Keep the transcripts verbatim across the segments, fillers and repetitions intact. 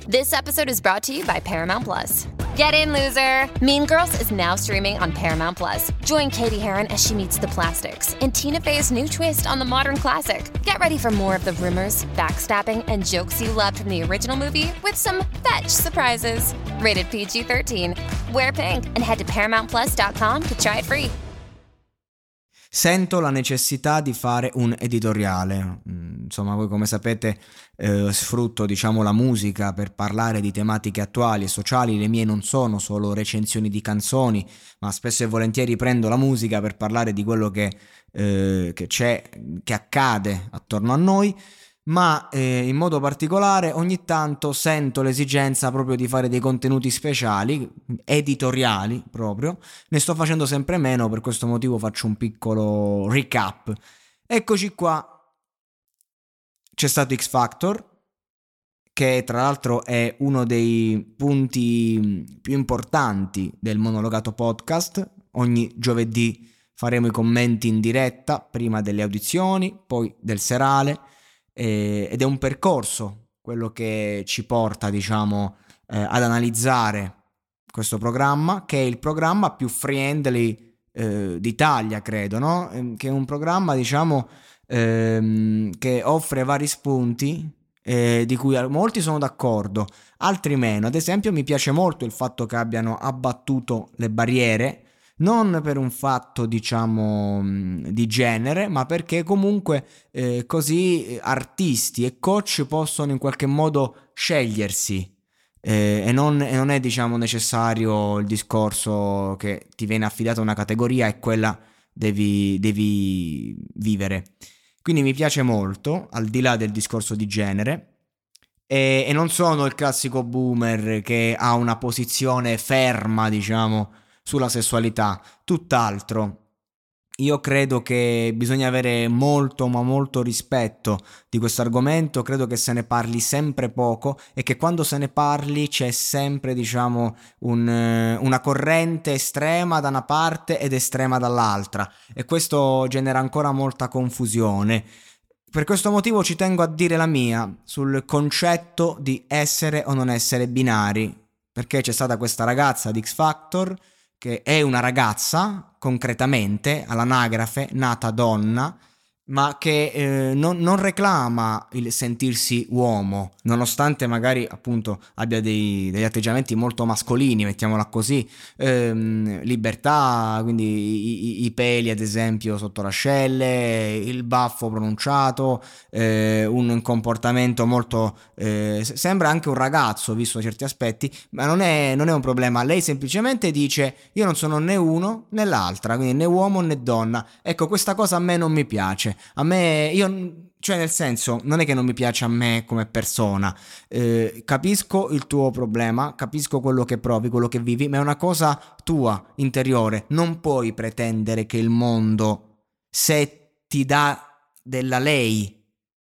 This episode is brought to you by Paramount Plus. Get in, loser! Mean Girls is now streaming on Paramount Plus. Join Katie Heron as she meets the plastics in Tina Fey's new twist on the modern classic. Get ready for more of the rumors, backstabbing, and jokes you loved from the original movie with some fetch surprises. Rated P G thirteen. Wear pink and head to paramount plus dot com to try it free. Sento la necessità di fare un editoriale. Insomma, voi come sapete eh, sfrutto diciamo la musica per parlare di tematiche attuali e sociali. Le mie non sono solo recensioni di canzoni, ma spesso e volentieri prendo la musica per parlare di quello che, eh, che c'è, che accade attorno a noi. Ma eh, in modo particolare ogni tanto sento l'esigenza proprio di fare dei contenuti speciali, editoriali proprio. Ne sto facendo sempre meno, per questo motivo faccio un piccolo recap. Eccoci qua, c'è stato X Factor, che tra l'altro è uno dei punti più importanti del Monologato Podcast. Ogni giovedì faremo i commenti in diretta, prima delle audizioni, poi del serale. Ed è un percorso quello che ci porta diciamo eh, ad analizzare questo programma, che è il programma più friendly eh, d'Italia, credo, no? Che è un programma diciamo ehm, che offre vari spunti eh, di cui molti sono d'accordo, altri meno. Ad esempio mi piace molto il fatto che abbiano abbattuto le barriere, non per un fatto diciamo di genere, ma perché comunque eh, così artisti e coach possono in qualche modo scegliersi eh, e, non, e non è diciamo necessario il discorso che ti viene affidata una categoria e quella devi, devi vivere. Quindi mi piace molto, al di là del discorso di genere, e, e non sono il classico boomer che ha una posizione ferma diciamo sulla sessualità, tutt'altro. Io credo che bisogna avere molto ma molto rispetto di questo argomento, credo che se ne parli sempre poco e che quando se ne parli c'è sempre diciamo un, una corrente estrema da una parte ed estrema dall'altra, e questo genera ancora molta confusione. Per questo motivo ci tengo a dire la mia sul concetto di essere o non essere binari, perché c'è stata questa ragazza di X Factor che è una ragazza concretamente all'anagrafe, nata donna, ma che eh, non, non reclama il sentirsi uomo, nonostante magari appunto abbia dei, degli atteggiamenti molto mascolini, mettiamola così, ehm, libertà, quindi i, i, i peli ad esempio sotto l'ascelle, il baffo pronunciato, eh, un comportamento molto eh, sembra anche un ragazzo visto certi aspetti, ma non è, non è un problema. Lei semplicemente dice: io non sono né uno né l'altra, quindi né uomo né donna. Ecco, questa cosa a me non mi piace. A me, io, cioè nel senso, non è che non mi piace a me come persona, eh, capisco il tuo problema, capisco quello che provi, quello che vivi, ma è una cosa tua, interiore. Non puoi pretendere che il mondo, se ti dà della lei,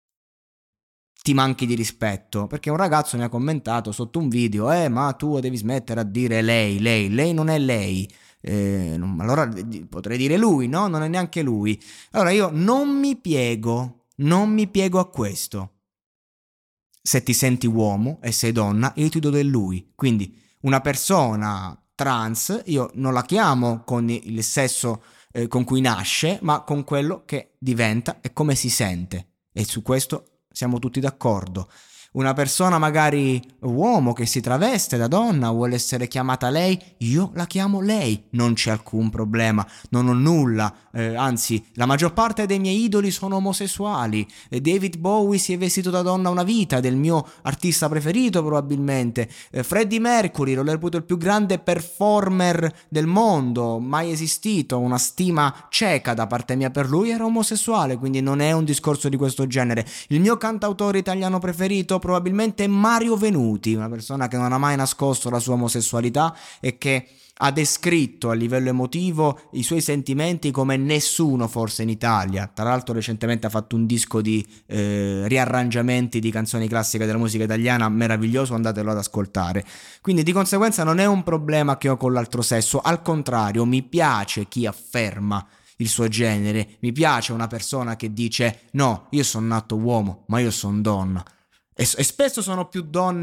ti manchi di rispetto. Perché un ragazzo mi ha commentato sotto un video: eh ma tu devi smettere a dire lei, lei, lei non è lei. Eh, non, allora potrei dire lui, no? Non è neanche lui. Allora io non mi piego, non mi piego a questo. Se ti senti uomo e sei donna, io ti do del lui. Quindi una persona trans io non la chiamo con il sesso eh, con cui nasce, ma con quello che diventa e come si sente, e su questo siamo tutti d'accordo. Una persona magari uomo che si traveste da donna, vuole essere chiamata lei, io la chiamo lei, non c'è alcun problema, non ho nulla, eh, anzi la maggior parte dei miei idoli sono omosessuali. eh, David Bowie si è vestito da donna una vita, del mio artista preferito probabilmente, eh, Freddie Mercury lo reputo il più grande performer del mondo mai esistito, una stima cieca da parte mia per lui, era omosessuale, quindi non è un discorso di questo genere. Il mio cantautore italiano preferito probabilmente Mario Venuti, una persona che non ha mai nascosto la sua omosessualità e che ha descritto a livello emotivo i suoi sentimenti come nessuno forse in Italia. Tra l'altro recentemente ha fatto un disco di eh, riarrangiamenti di canzoni classiche della musica italiana meraviglioso, andatelo ad ascoltare. Quindi di conseguenza non è un problema che ho con l'altro sesso, al contrario mi piace chi afferma il suo genere, mi piace una persona che dice no, io sono nato uomo ma io sono donna. E, e spesso sono più donne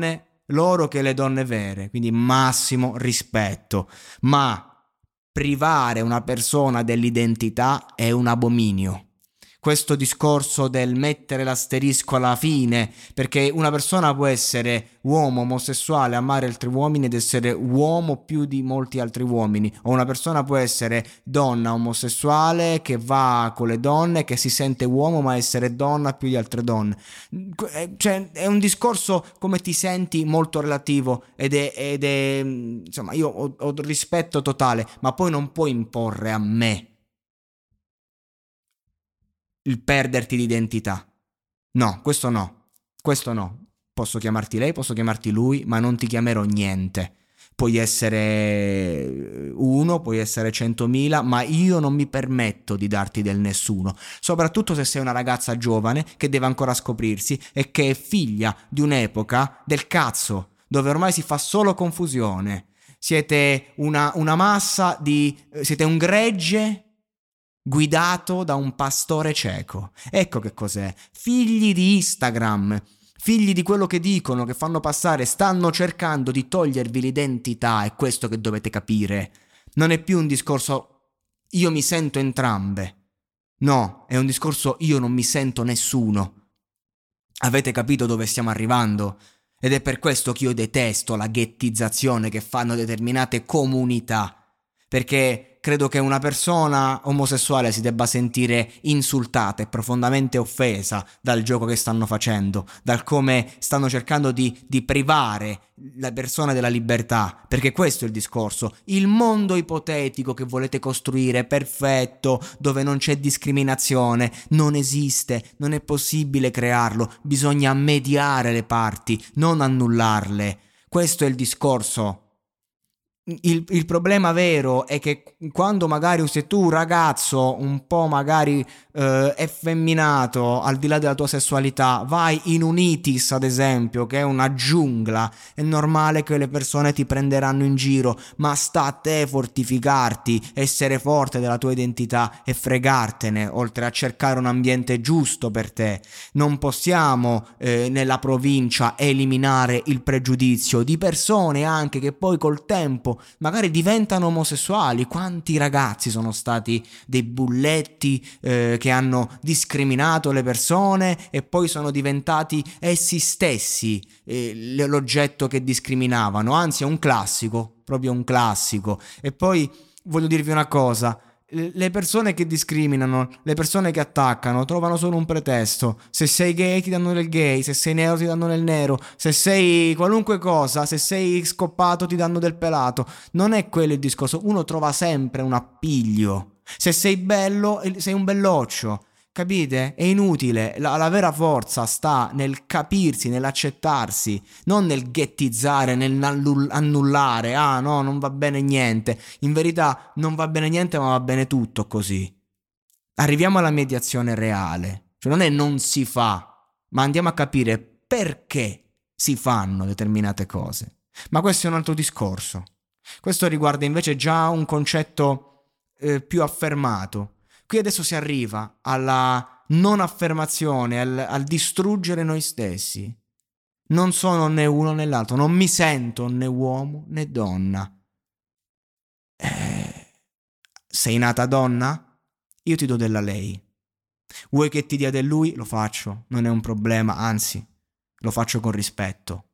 loro che le donne vere, quindi massimo rispetto, ma privare una persona dell'identità è un abominio. Questo discorso del mettere l'asterisco alla fine, perché una persona può essere uomo omosessuale, amare altri uomini ed essere uomo più di molti altri uomini, o una persona può essere donna omosessuale che va con le donne, che si sente uomo ma essere donna più di altre donne. Cioè, è un discorso come ti senti molto relativo ed è, ed è insomma, io ho, ho rispetto totale, ma poi non puoi imporre a me il perderti l'identità. No, questo no, questo no. Posso chiamarti lei, posso chiamarti lui, ma non ti chiamerò niente. Puoi essere uno, puoi essere centomila, ma io non mi permetto di darti del nessuno. Soprattutto se sei una ragazza giovane che deve ancora scoprirsi e che è figlia di un'epoca del cazzo, dove ormai si fa solo confusione. Siete una, una massa di... siete un gregge guidato da un pastore cieco. Ecco che cos'è. Figli di Instagram, figli di quello che dicono, che fanno passare, stanno cercando di togliervi l'identità, è questo che dovete capire. Non è più un discorso io mi sento entrambe. No, è un discorso io non mi sento nessuno. Avete capito dove stiamo arrivando? Ed è per questo che io detesto la ghettizzazione che fanno determinate comunità, perché credo che una persona omosessuale si debba sentire insultata e profondamente offesa dal gioco che stanno facendo, dal come stanno cercando di, di privare la persona della libertà, perché questo è il discorso. Il mondo ipotetico che volete costruire, perfetto, dove non c'è discriminazione, non esiste, non è possibile crearlo, bisogna mediare le parti, non annullarle. Questo è il discorso. Il, il problema vero è che quando magari se tu ragazzo un po' magari eh, effeminato al di là della tua sessualità vai in un ITIS ad esempio che è una giungla, è normale che le persone ti prenderanno in giro, ma sta a te fortificarti, essere forte della tua identità e fregartene, oltre a cercare un ambiente giusto per te. Non possiamo eh, nella provincia eliminare il pregiudizio di persone anche che poi col tempo magari diventano omosessuali. Quanti ragazzi sono stati dei bulletti eh, che hanno discriminato le persone e poi sono diventati essi stessi eh, l'oggetto che discriminavano, anzi è un classico, proprio un classico. E poi voglio dirvi una cosa: le persone che discriminano, le persone che attaccano trovano solo un pretesto. Se sei gay ti danno del gay, se sei nero ti danno del nero, se sei qualunque cosa, se sei scoppato ti danno del pelato. Non è quello il discorso, uno trova sempre un appiglio. Se sei bello sei un belloccio, capite? È inutile, la, la vera forza sta nel capirsi, nell'accettarsi, non nel ghettizzare, nel annullare. Ah no, non va bene niente. In verità non va bene niente, ma va bene tutto così. Arriviamo alla mediazione reale. Cioè non è non si fa, ma andiamo a capire perché si fanno determinate cose. Ma questo è un altro discorso. Questo riguarda invece già un concetto eh, più affermato. Qui adesso si arriva alla non affermazione, al, al distruggere noi stessi. Non sono né uno né l'altro, non mi sento né uomo né donna. Eh, sei nata donna? Io ti do della lei. Vuoi che ti dia del lui? Lo faccio, non è un problema, anzi, lo faccio con rispetto.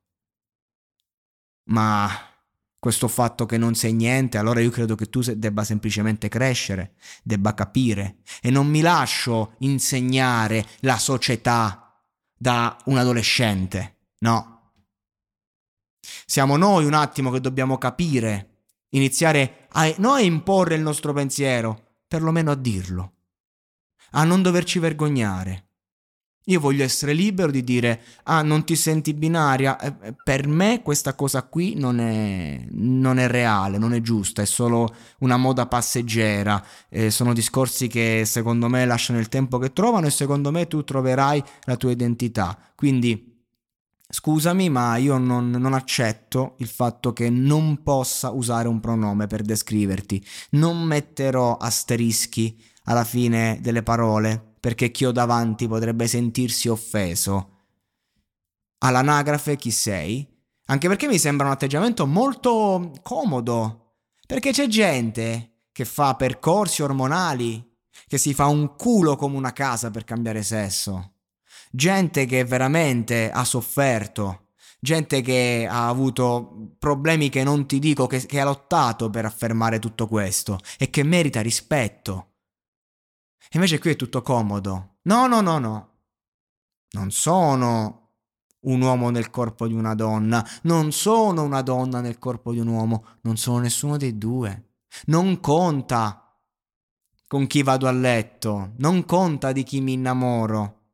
Ma questo fatto che non sei niente, allora io credo che tu debba semplicemente crescere, debba capire, e non mi lascio insegnare la società da un adolescente, no. Siamo noi un attimo che dobbiamo capire, iniziare a, non a imporre il nostro pensiero, perlomeno a dirlo, a non doverci vergognare. Io voglio essere libero di dire: ah, non ti senti binaria? Eh, per me questa cosa qui non è, non è reale, non è giusta, è solo una moda passeggera. Eh, sono discorsi che secondo me lasciano il tempo che trovano e secondo me tu troverai la tua identità. Quindi scusami, ma io non, non accetto il fatto che non possa usare un pronome per descriverti. Non metterò asterischi alla fine delle parole, perché chi ho davanti potrebbe sentirsi offeso. All'anagrafe chi sei? Anche perché mi sembra un atteggiamento molto comodo, perché c'è gente che fa percorsi ormonali, che si fa un culo come una casa per cambiare sesso, gente che veramente ha sofferto, gente che ha avuto problemi che non ti dico, che, che ha lottato per affermare tutto questo e che merita rispetto. E invece qui è tutto comodo. No, no, no, no. Non sono un uomo nel corpo di una donna, non sono una donna nel corpo di un uomo, non sono nessuno dei due. Non conta con chi vado a letto, non conta di chi mi innamoro.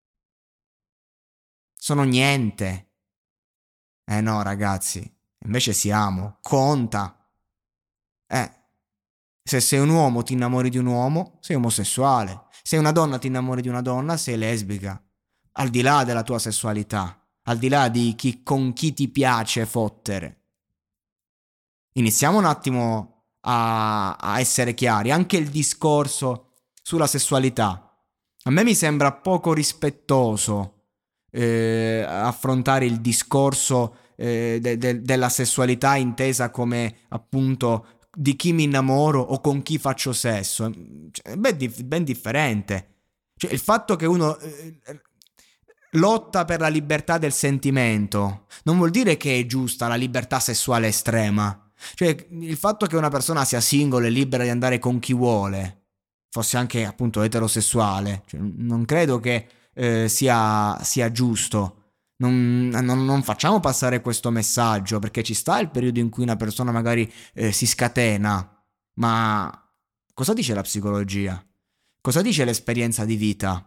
Sono niente. Eh no, ragazzi, invece siamo, conta. Eh, se sei un uomo ti innamori di un uomo, sei omosessuale. Se una donna ti innamori di una donna, sei lesbica. Al di là della tua sessualità. Al di là di chi, con chi ti piace fottere. Iniziamo un attimo a, a essere chiari. Anche il discorso sulla sessualità. A me mi sembra poco rispettoso eh, affrontare il discorso eh, de, de, della sessualità intesa come appunto di chi mi innamoro o con chi faccio sesso. Cioè, è ben, dif- ben differente. Cioè, il fatto che uno... Eh, lotta per la libertà del sentimento non vuol dire che è giusta la libertà sessuale estrema. Cioè, il fatto che una persona sia single e libera di andare con chi vuole, fosse anche appunto eterosessuale, cioè, non credo che eh, sia, sia giusto. Non, non, non facciamo passare questo messaggio, perché ci sta il periodo in cui una persona magari eh, si scatena. Ma cosa dice la psicologia? Cosa dice l'esperienza di vita?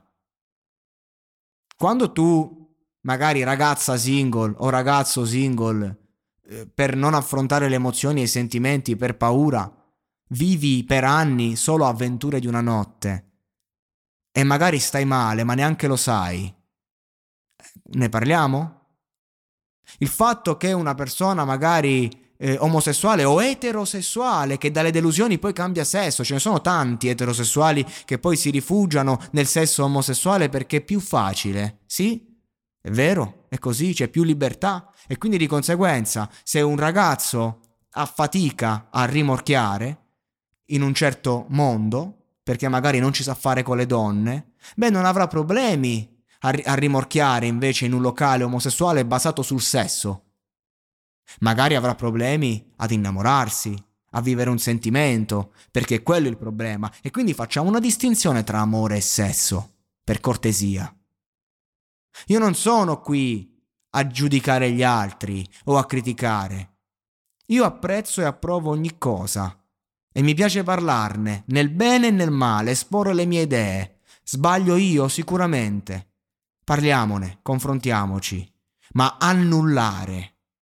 Quando tu, magari ragazza single o ragazzo single, eh, per non affrontare le emozioni e i sentimenti, per paura, vivi per anni solo avventure di una notte e magari stai male, ma neanche lo sai, ne parliamo? Il fatto che una persona magari eh, omosessuale o eterosessuale che dalle delusioni poi cambia sesso, ce ne sono tanti eterosessuali che poi si rifugiano nel sesso omosessuale perché è più facile, sì? È vero, è così, c'è più libertà e quindi di conseguenza se un ragazzo ha fatica a rimorchiare in un certo mondo, perché magari non ci sa fare con le donne, beh, non avrà problemi a, ri- a rimorchiare invece in un locale omosessuale basato sul sesso. Magari avrà problemi ad innamorarsi, a vivere un sentimento, perché quello è il problema. E quindi facciamo una distinzione tra amore e sesso, per cortesia. Io non sono qui a giudicare gli altri o a criticare. Io apprezzo e approvo ogni cosa e mi piace parlarne, nel bene e nel male, esporre le mie idee. Sbaglio io sicuramente. Parliamone, confrontiamoci, ma annullare.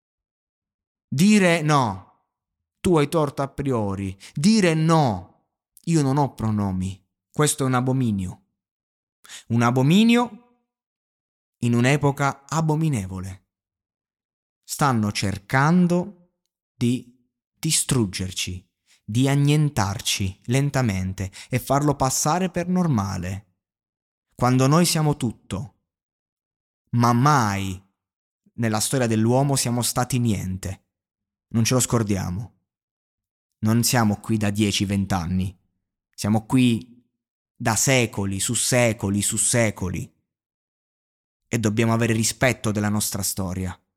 Dire no, tu hai torto a priori. Dire no, io non ho pronomi. Questo è un abominio. Un abominio in un'epoca abominevole. Stanno cercando di distruggerci, di annientarci lentamente e farlo passare per normale. Quando noi siamo tutto, ma mai nella storia dell'uomo siamo stati niente. Non ce lo scordiamo. Non siamo qui da dieci venti anni. Siamo qui da secoli, su secoli, su secoli. E dobbiamo avere rispetto della nostra storia.